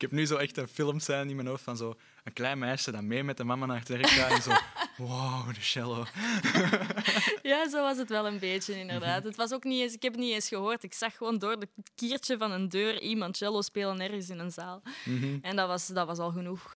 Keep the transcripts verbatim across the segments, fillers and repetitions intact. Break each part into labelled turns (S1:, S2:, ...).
S1: Ik heb nu zo echt een filmscène in mijn hoofd van zo een klein meisje dat mee met de mama naar het werk gaat en zo, wow, de cello.
S2: Ja, zo was het wel een beetje, inderdaad. Het was ook niet eens, ik heb het niet eens gehoord. Ik zag gewoon door het kiertje van een deur iemand cello spelen ergens in een zaal.
S1: Mm-hmm.
S2: En dat was, dat was al genoeg.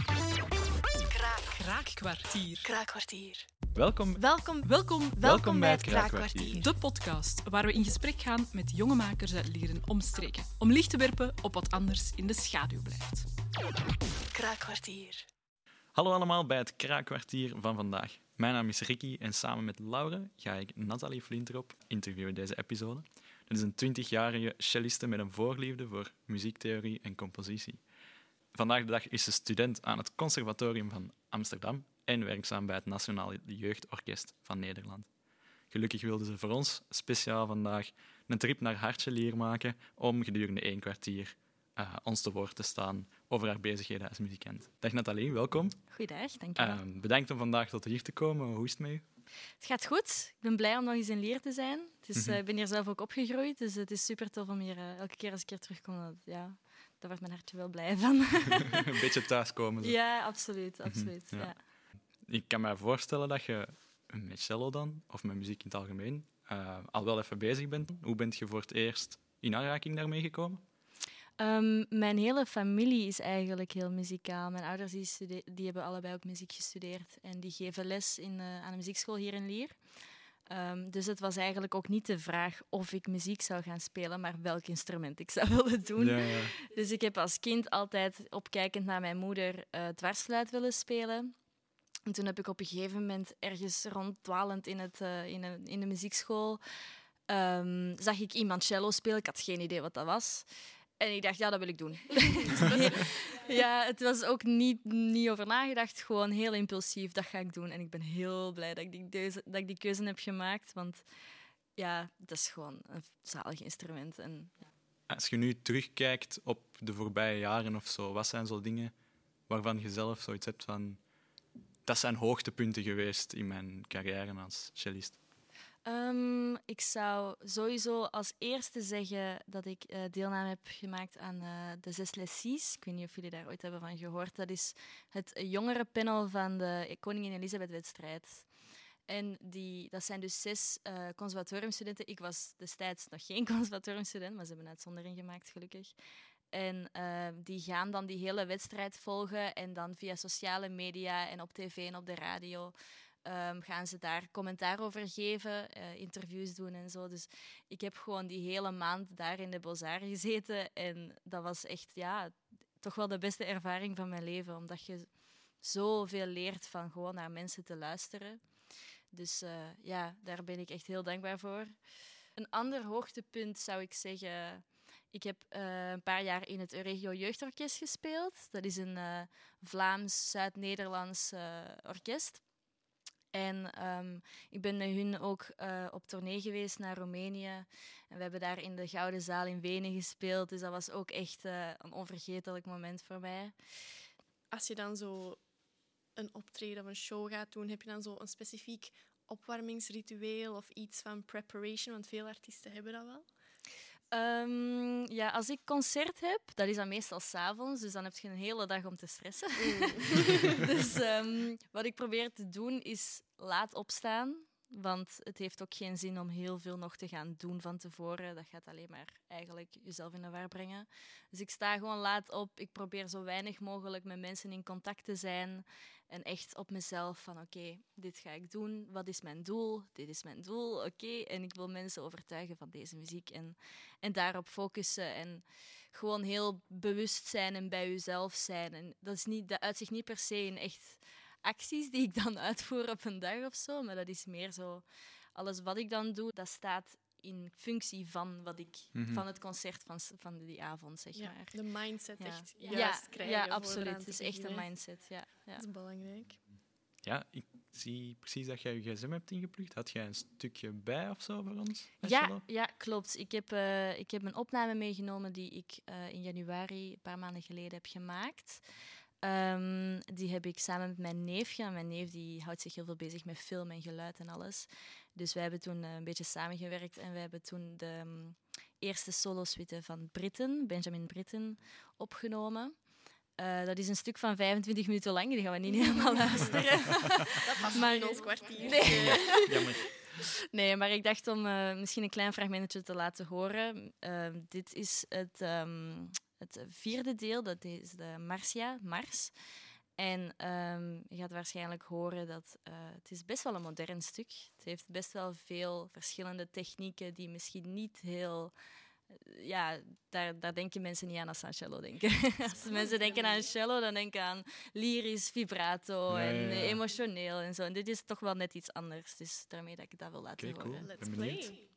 S3: Kraakkwartier.
S4: Kraakkwartier.
S1: Welkom.
S3: Welkom, welkom,
S1: Welkom bij het Kraakkwartier.
S3: de podcast waar we in gesprek gaan met jonge makers uit Lieren omstreken. Om licht te werpen op wat anders in de schaduw blijft.
S4: Kraakkwartier.
S1: Hallo allemaal bij het Kraakkwartier van vandaag. Mijn naam is Ricky en samen met Laure ga ik Nathalie Flinterop interviewen deze episode. Dat is een twintigjarige celliste met een voorliefde voor muziektheorie en compositie. Vandaag de dag is ze student aan het Conservatorium van Amsterdam en werkzaam bij het Nationale Jeugdorkest van Nederland. Gelukkig wilde ze voor ons speciaal vandaag een trip naar Hartjelier maken om gedurende één kwartier uh, ons te woord te staan over haar bezigheden als muzikant. Dag Nathalie, welkom.
S2: Goeiedag, dankjewel.
S1: Uh, bedankt om vandaag tot hier te komen. Hoe is het met u?
S2: Het gaat goed. Ik ben blij om nog eens in Lier te zijn. Dus,
S1: Mm-hmm.
S2: uh, ik ben hier zelf ook opgegroeid, dus het is super tof om hier uh, elke keer als ik hier terugkom. Dat, ja, daar wordt mijn hartje wel blij van.
S1: Een beetje thuiskomen. Zo.
S2: Ja, absoluut. absoluut
S1: Mm-hmm. Ja.
S2: ja.
S1: Ik kan me voorstellen dat je met cello dan, of met muziek in het algemeen, uh, al wel even bezig bent. Hoe bent je voor het eerst in aanraking daarmee gekomen?
S2: Um, mijn hele familie is eigenlijk heel muzikaal. Mijn ouders die, stude- die hebben allebei ook muziek gestudeerd en die geven les in, uh, aan een muziekschool hier in Lier. Um, dus het was eigenlijk ook niet de vraag of ik muziek zou gaan spelen, maar welk instrument ik zou willen doen.
S1: Ja, ja.
S2: Dus ik heb als kind altijd, opkijkend naar mijn moeder, uh, dwarsfluit willen spelen. En toen heb ik op een gegeven moment ergens ronddwalend in, het, uh, in, een, in de muziekschool um, zag ik iemand cello spelen. Ik had geen idee wat dat was. En ik dacht, ja, dat wil ik doen. Ja, het was ook niet, niet over nagedacht, gewoon heel impulsief, dat ga ik doen. En ik ben heel blij dat ik die, keuze, dat ik die keuze heb gemaakt, want ja, dat is gewoon een zalig instrument. En, ja.
S1: Als je nu terugkijkt op de voorbije jaren of zo, wat zijn zo dingen waarvan je zelf zoiets hebt van, dat zijn hoogtepunten geweest in mijn carrière als cellist?
S2: Um, ik zou sowieso als eerste zeggen dat ik uh, deelname heb gemaakt aan uh, de Zes Les Six. Ik weet niet of jullie daar ooit hebben van gehoord. Dat is het jongerenpanel van de Koningin Elisabeth-wedstrijd. En die, dat zijn dus zes uh, conservatoriumstudenten. Ik was destijds nog geen conservatoriumstudent, maar ze hebben een uitzondering gemaakt, gelukkig. En uh, die gaan dan die hele wedstrijd volgen en dan via sociale media en op tv en op de radio Um, gaan ze daar commentaar over geven, uh, interviews doen en zo. Dus ik heb gewoon die hele maand daar in de Beaux-Arts gezeten en dat was echt, ja, toch wel de beste ervaring van mijn leven, omdat je zoveel leert van gewoon naar mensen te luisteren. Dus uh, ja, daar ben ik echt heel dankbaar voor. Een ander hoogtepunt zou ik zeggen, ik heb uh, een paar jaar in het Euregio Jeugdorkest gespeeld. Dat is een uh, Vlaams, Zuid-Nederlands uh, orkest. En um, ik ben met hun ook uh, op tournee geweest naar Roemenië. En we hebben daar in de Gouden Zaal in Wenen gespeeld. Dus dat was ook echt uh, een onvergetelijk moment voor mij.
S4: Als je dan zo een optreden of een show gaat doen, heb je dan zo een specifiek opwarmingsritueel of iets van preparation? Want veel artiesten hebben dat wel.
S2: Um, ja, als ik concert heb, dat is dan meestal 's avonds, dus dan heb je een hele dag om te stressen. Mm. Dus um, wat ik probeer te doen, is laat opstaan. Want het heeft ook geen zin om heel veel nog te gaan doen van tevoren. Dat gaat alleen maar eigenlijk jezelf in de war brengen. Dus ik sta gewoon laat op. Ik probeer zo weinig mogelijk met mensen in contact te zijn. En echt op mezelf van oké, okay, dit ga ik doen. Wat is mijn doel? Dit is mijn doel. Oké, okay. En ik wil mensen overtuigen van deze muziek. En, en daarop focussen. En gewoon heel bewust zijn en bij jezelf zijn. En dat, is niet, dat uitzicht niet per se in echt acties die ik dan uitvoer op een dag of zo, maar dat is meer zo, alles wat ik dan doe, dat staat in functie van wat ik, mm-hmm. van het concert van, van die avond, zeg
S4: ja,
S2: maar.
S4: De mindset
S2: ja.
S4: echt
S2: ja.
S4: juist
S2: ja,
S4: krijgen.
S2: Ja, absoluut. Het is echt een mindset, ja. ja.
S4: Dat is belangrijk.
S1: Ja, ik zie precies dat jij je gsm hebt ingeplukt. Had jij een stukje bij of zo voor ons?
S2: Ja, ja, klopt. Ik heb, uh, ik heb een opname meegenomen die ik uh, in januari, een paar maanden geleden, heb gemaakt. Um, die heb ik samen met mijn neefje. Mijn neef die houdt zich heel veel bezig met film en geluid en alles. Dus wij hebben toen uh, een beetje samengewerkt en we hebben toen de um, eerste solo-suite van Britten, Benjamin Britten, opgenomen. Uh, dat is een stuk van vijfentwintig minuten lang, die gaan we niet helemaal luisteren.
S4: Dat past maar in ons kwartier.
S2: Nee.
S1: Ja, jammer.
S2: Nee, maar ik dacht om uh, misschien een klein fragmentje te laten horen. Uh, dit is het, um, het vierde deel, dat is de Marcia, Mars. En um, je gaat waarschijnlijk horen dat uh, het is best wel een modern stuk. Het heeft best wel veel verschillende technieken die misschien niet heel... Ja, daar, daar denken mensen niet aan als ze aan cello denken. Als mensen denken aan cello, dan denken aan lyrisch, vibrato
S1: Ja, ja,
S2: en
S1: ja.
S2: emotioneel en zo. En dit is toch wel net iets anders. Dus daarmee dat ik dat wil laten
S1: Oké,
S2: horen.
S1: cool.
S4: Let's
S1: Ben benieuwd.
S4: play.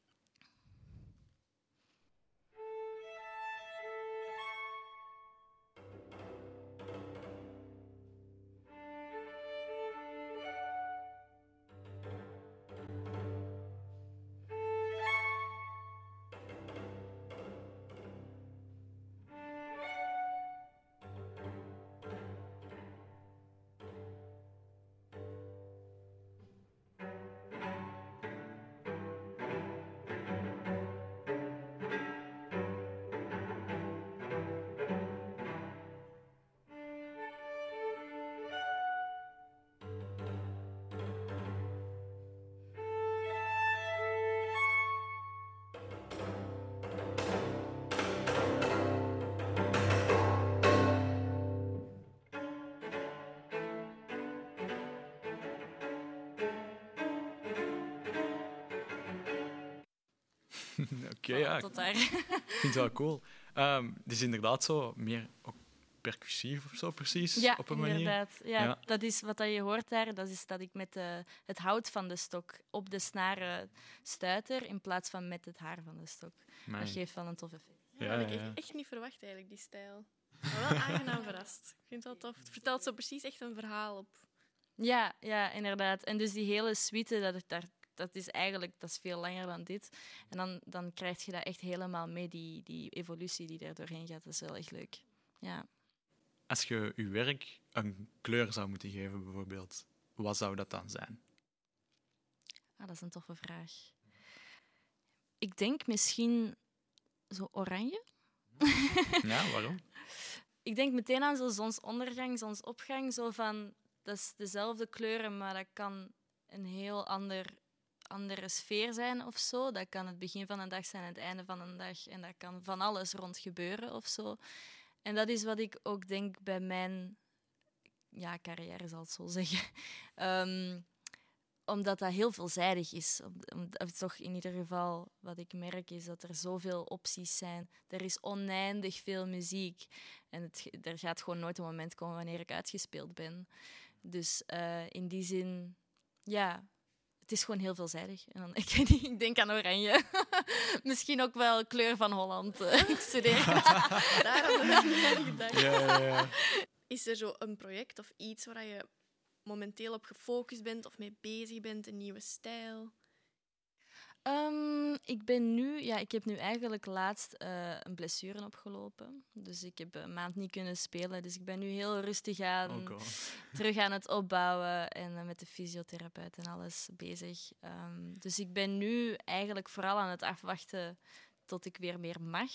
S1: Oké, okay, ja.
S2: Tot daar.
S1: Ik vind het wel cool. Um, het is inderdaad zo meer ook percussief of zo, precies,
S2: Ja,
S1: op een manier.
S2: inderdaad. Ja,
S1: Ja.
S2: Dat is wat je hoort daar. Dat is dat ik met de, het hout van de stok op de snaren stuiter in plaats van met het haar van de stok.
S1: Amai.
S2: Dat geeft wel een tof effect.
S4: Ja,
S1: Ja,
S4: dat had ik
S1: ja, ja.
S4: echt, echt niet verwacht, eigenlijk, die stijl. Maar wel aangenaam verrast. Ik vind het wel tof. Het vertelt zo precies echt een verhaal op.
S2: Ja, ja, inderdaad. En dus die hele suite, dat, daar, dat is eigenlijk dat is veel langer dan dit. En dan, dan krijg je dat echt helemaal mee, die, die evolutie die er doorheen gaat. Dat is wel echt leuk. Ja.
S1: Als je je werk een kleur zou moeten geven, bijvoorbeeld, wat zou dat dan zijn?
S2: Ah, dat is een toffe vraag. Ik denk misschien zo oranje.
S1: Ja, waarom?
S2: Ik denk meteen aan zo zonsondergang, zonsopgang. Zo van, dat is dezelfde kleuren, maar dat kan een heel ander, andere sfeer zijn of zo. Dat kan het begin van een dag zijn, het einde van een dag. En dat kan van alles rond gebeuren of zo. En dat is wat ik ook denk bij mijn ja, carrière, zal ik zo zeggen. Um, omdat dat heel veelzijdig is. Of toch in ieder geval, wat ik merk, is dat er zoveel opties zijn. Er is oneindig veel muziek. En het, er gaat gewoon nooit een moment komen wanneer ik uitgespeeld ben. Dus uh, in die zin, ja, het is gewoon heel veelzijdig. En dan, ik, weet niet, ik denk aan oranje. Misschien ook wel kleur van Holland. Uh, ik studeer.
S4: Daar hadden we niet aan gedacht.
S1: Ja, ja, ja.
S4: Is er zo een project of iets waar je momenteel op gefocust bent of mee bezig bent, een nieuwe stijl?
S2: Um, ik ben nu, ja, ik heb nu eigenlijk laatst uh, een blessure opgelopen. Dus ik heb een maand niet kunnen spelen. Dus ik ben nu heel rustig aan,
S1: Oh
S2: terug aan het opbouwen en uh, met de fysiotherapeut en alles bezig. Um, dus ik ben nu eigenlijk vooral aan het afwachten tot ik weer meer mag.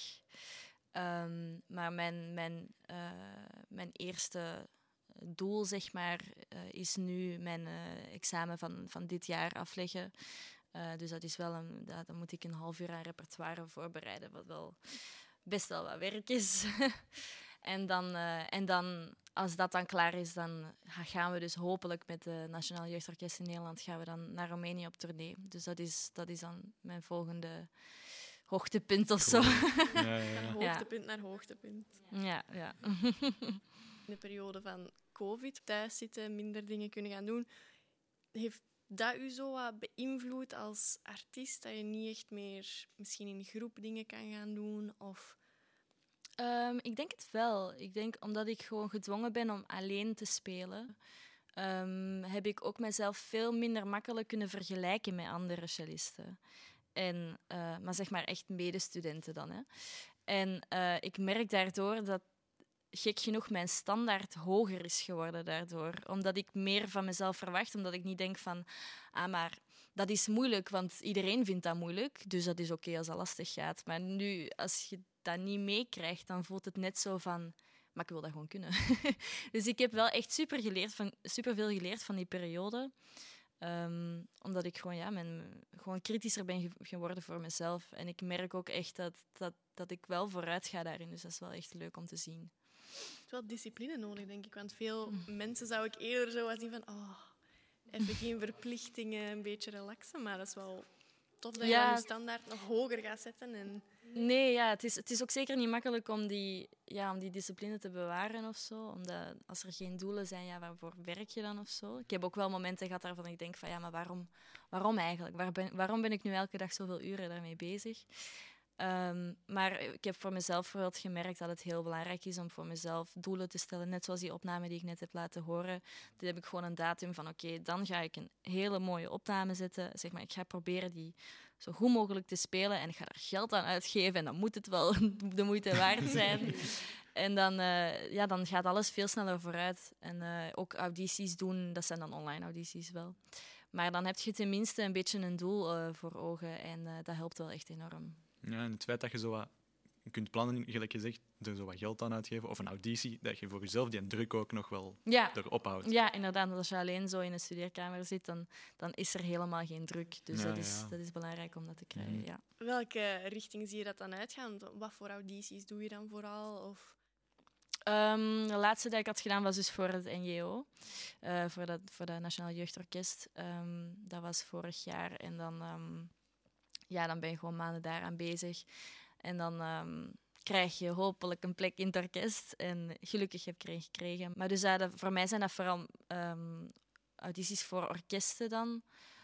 S2: Um, maar mijn, mijn, uh, mijn eerste doel, zeg maar, uh, is nu mijn uh, examen van, van dit jaar afleggen. Uh, dus dat is wel een, dat, dan moet ik een half uur aan repertoire voorbereiden, wat wel best wel wat werk is. en, dan, uh, en dan, als dat dan klaar is, dan gaan we dus hopelijk met de Nationaal Jeugdorkest in Nederland gaan we dan naar Roemenië op tournee. Dus dat is, dat is dan mijn volgende hoogtepunt of
S1: Cool.
S2: zo.
S1: Ja, ja, ja.
S4: Hoogtepunt naar hoogtepunt.
S2: ja, ja.
S4: In de periode van COVID, thuis zitten, minder dingen kunnen gaan doen, heeft dat u zo wat beïnvloed als artiest, dat je niet echt meer misschien in groep dingen kan gaan doen? Of...
S2: Um, ik denk het wel. Ik denk omdat ik gewoon gedwongen ben om alleen te spelen, um, heb ik ook mezelf veel minder makkelijk kunnen vergelijken met andere cellisten. En, uh, maar zeg maar echt medestudenten dan. Hè. En uh, ik merk daardoor dat gek genoeg mijn standaard hoger is geworden daardoor. Omdat ik meer van mezelf verwacht. Omdat ik niet denk van, ah, maar dat is moeilijk, want iedereen vindt dat moeilijk. Dus dat is oké okay als dat lastig gaat. Maar nu, als je dat niet meekrijgt, dan voelt het net zo van... Maar ik wil dat gewoon kunnen. Dus ik heb wel echt super geleerd van, superveel geleerd van die periode. Um, omdat ik gewoon, ja, mijn, gewoon kritischer ben ge- geworden voor mezelf. En ik merk ook echt dat, dat, dat ik wel vooruit ga daarin. Dus dat is wel echt leuk om te zien.
S4: Je hebt wel discipline nodig, denk ik. Want veel mm. mensen zou ik eerder zo zien van... Oh, even geen verplichtingen, een beetje relaxen. Maar dat is wel tof dat
S2: ja.
S4: je je standaard nog hoger gaat zetten. En...
S2: Nee, ja, het is, het is ook zeker niet makkelijk om die, ja, om die discipline te bewaren of zo. Omdat als er geen doelen zijn, ja, waarvoor werk je dan of zo? Ik heb ook wel momenten gehad waarvan ik denk van ja, maar waarom, waarom eigenlijk? Waar ben, waarom ben ik nu elke dag zoveel uren daarmee bezig? Um, maar ik heb voor mezelf bijvoorbeeld gemerkt dat het heel belangrijk is om voor mezelf doelen te stellen. Net zoals die opname die ik net heb laten horen. Dit heb ik gewoon een datum van oké, okay, dan ga ik een hele mooie opname zetten. Zeg maar, ik ga proberen die zo goed mogelijk te spelen en ik ga er geld aan uitgeven en dan moet het wel de moeite waard zijn. En dan, uh, ja, dan gaat alles veel sneller vooruit. En uh, ook audities doen, dat zijn dan online audities wel. Maar dan heb je tenminste een beetje een doel uh, voor ogen en uh, dat helpt wel echt enorm.
S1: Ja, en het feit dat je zo wat kunt plannen, gelijk je zegt, er zo wat geld aan uitgeven, of een auditie, dat je voor jezelf die druk ook nog wel
S2: ja.
S1: erop houdt.
S2: Ja, inderdaad. Als je alleen zo in een studeerkamer zit, dan, dan is er helemaal geen druk. Dus
S1: ja,
S2: dat, is,
S1: ja.
S2: dat is belangrijk om dat te krijgen,
S1: Mm.
S2: ja.
S4: Welke richting zie je dat dan uitgaan? Wat voor audities doe je dan vooral? Of...
S2: Um, de laatste die ik had gedaan was dus voor het N J O, uh, voor dat voor dat Nationaal Jeugdorkest. Um, dat was vorig jaar. En dan, um, ja, dan ben je gewoon maanden daaraan bezig. En dan um, krijg je hopelijk een plek in het orkest. En gelukkig heb ik er een gekregen. Maar dus uh, dat, voor mij zijn dat vooral um, audities voor orkesten dan.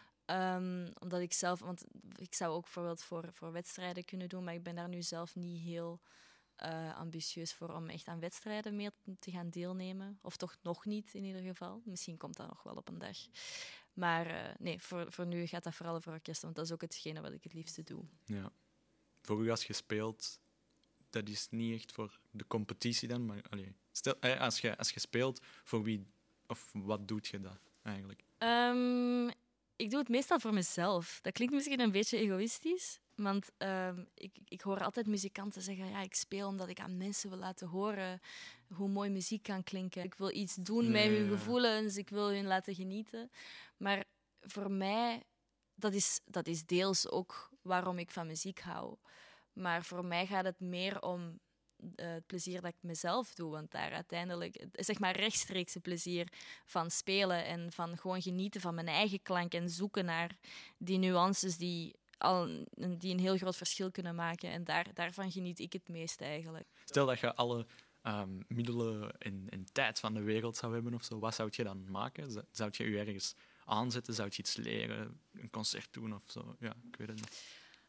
S2: Um, omdat ik zelf, want ik zou ook bijvoorbeeld voor, voor wedstrijden kunnen doen, maar ik ben daar nu zelf niet heel uh, ambitieus voor om echt aan wedstrijden mee te gaan deelnemen. Of toch nog niet in ieder geval. Misschien komt dat nog wel op een dag. Maar uh, nee, voor, voor nu gaat dat vooral over orkesten, want dat is ook hetgene wat ik het liefste doe.
S1: Ja. Voor u als je speelt, dat is niet echt voor de competitie dan, maar allee, stel, eh, als, je, als je speelt, voor wie of wat doet je dat eigenlijk?
S2: Um, ik doe het meestal voor mezelf. Dat klinkt misschien een beetje egoïstisch, want um, ik, ik hoor altijd muzikanten zeggen ja, ik speel omdat ik aan mensen wil laten horen hoe mooi muziek kan klinken. Ik wil iets doen
S1: nee,
S2: met hun
S1: ja.
S2: gevoelens, ik wil hun laten genieten. Maar voor mij, dat is, dat is deels ook waarom ik van muziek hou. Maar voor mij gaat het meer om uh, het plezier dat ik mezelf doe. Want daar uiteindelijk, zeg maar rechtstreekse plezier van spelen en van gewoon genieten van mijn eigen klank en zoeken naar die nuances die, al, die een heel groot verschil kunnen maken. En daar, daarvan geniet ik het meest eigenlijk.
S1: Stel dat je alle um, middelen en, en tijd van de wereld zou hebben of zo, wat zou je dan maken? Zou je je ergens aanzetten? Zou je iets leren? Een concert doen of zo? Ja, ik weet het niet.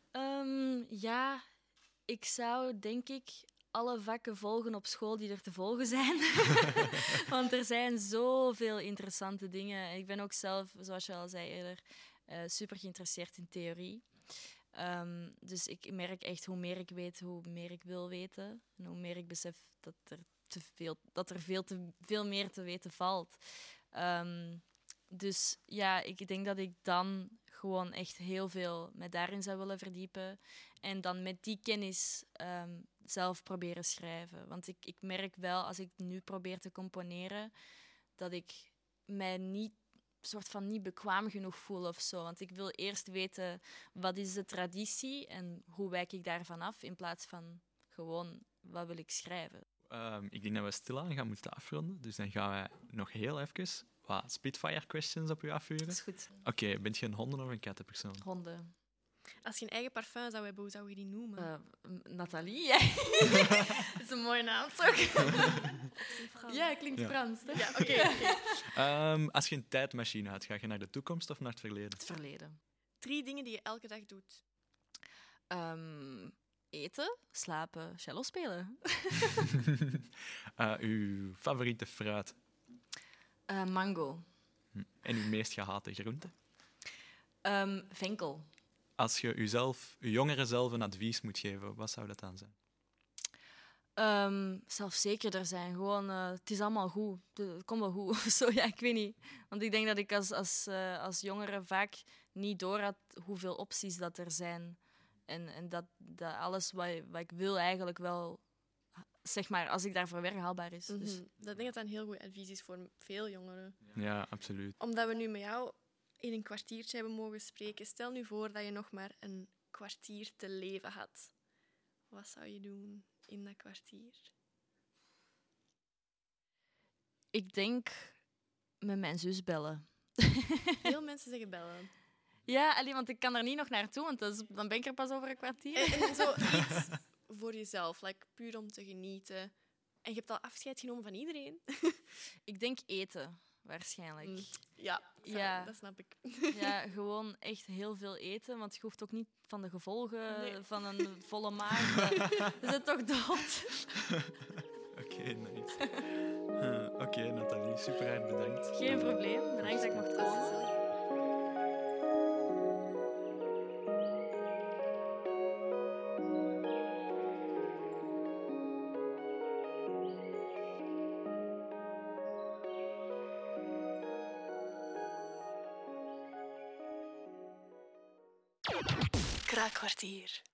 S2: Um, ja, ik zou denk ik alle vakken volgen op school die er te volgen zijn. Want er zijn zoveel interessante dingen. Ik ben ook zelf, zoals je al zei eerder, uh, super geïnteresseerd in theorie. Um, dus ik merk echt hoe meer ik weet, hoe meer ik wil weten. En hoe meer ik besef dat er, te veel, dat er veel, te, veel meer te weten valt. Um, dus ja, ik denk dat ik dan gewoon echt heel veel me daarin zou willen verdiepen. En dan met die kennis um, zelf proberen schrijven. Want ik, ik merk wel, als ik nu probeer te componeren, dat ik mij niet, soort van niet bekwaam genoeg voel of zo. Want ik wil eerst weten, wat is de traditie en hoe wijk ik daarvan af, in plaats van gewoon, wat wil ik schrijven.
S1: Um, ik denk dat we stilaan gaan moeten afronden. Dus dan gaan wij nog heel even wat Spitfire questions op u afvuren.
S2: Dat is goed.
S1: Oké, okay, bent je een honden- of een kattenpersoon?
S2: Honden.
S4: Als je een eigen parfum zou hebben, hoe zou je die noemen?
S2: Uh, Nathalie, ja. Dat is een mooie naam, toch? Ja, klinkt
S1: ja.
S2: Frans, toch?
S4: Ja, oké. Okay, okay.
S1: um, als je een tijdmachine had, ga je naar de toekomst of naar het verleden?
S2: Het verleden.
S4: Drie dingen die je elke dag doet.
S2: Um, eten, slapen, cello spelen.
S1: uh, uw favoriete fruit?
S2: Uh, mango.
S1: En uw meest gehate groente?
S2: Um, venkel.
S1: Als je uzelf, je jongere zelf een advies moet geven, wat zou dat dan zijn?
S2: Um, zelfzekerder zijn. Gewoon, uh, het is allemaal goed. Het komt wel goed. Zo, ja, ik weet niet. Want ik denk dat ik als, als, uh, als jongere vaak niet door had hoeveel opties dat er zijn. En, en dat, dat alles wat, wat ik wil eigenlijk wel, zeg maar, als ik daarvoor werk, haalbaar is.
S4: Mm-hmm.
S2: Dus.
S4: Dat denk ik dat dat een heel goed advies is voor veel jongeren.
S1: Ja, absoluut.
S4: Omdat we nu met jou in een kwartiertje hebben mogen spreken, stel nu voor dat je nog maar een kwartier te leven had. Wat zou je doen in dat kwartier?
S2: Ik denk met mijn zus bellen.
S4: Veel mensen zeggen bellen.
S2: Ja, alleen, want ik kan er niet nog naartoe, want dat is, dan ben ik er pas over een kwartier.
S4: En, en zo iets voor jezelf, like, puur om te genieten. En je hebt al afscheid genomen van iedereen.
S2: Ik denk eten, waarschijnlijk.
S4: Mm. Ja,
S2: Ja.
S4: dat snap ik.
S2: Ja, gewoon echt heel veel eten, want je hoeft ook niet van de gevolgen
S4: Nee.
S2: van een volle maag. Je zit toch dood?
S1: Oké, okay, nice. Uh, Oké, okay, Nathalie, super erg bedankt.
S2: Geen probleem, bedankt dat ik mocht komen.
S3: Kraakkwartier.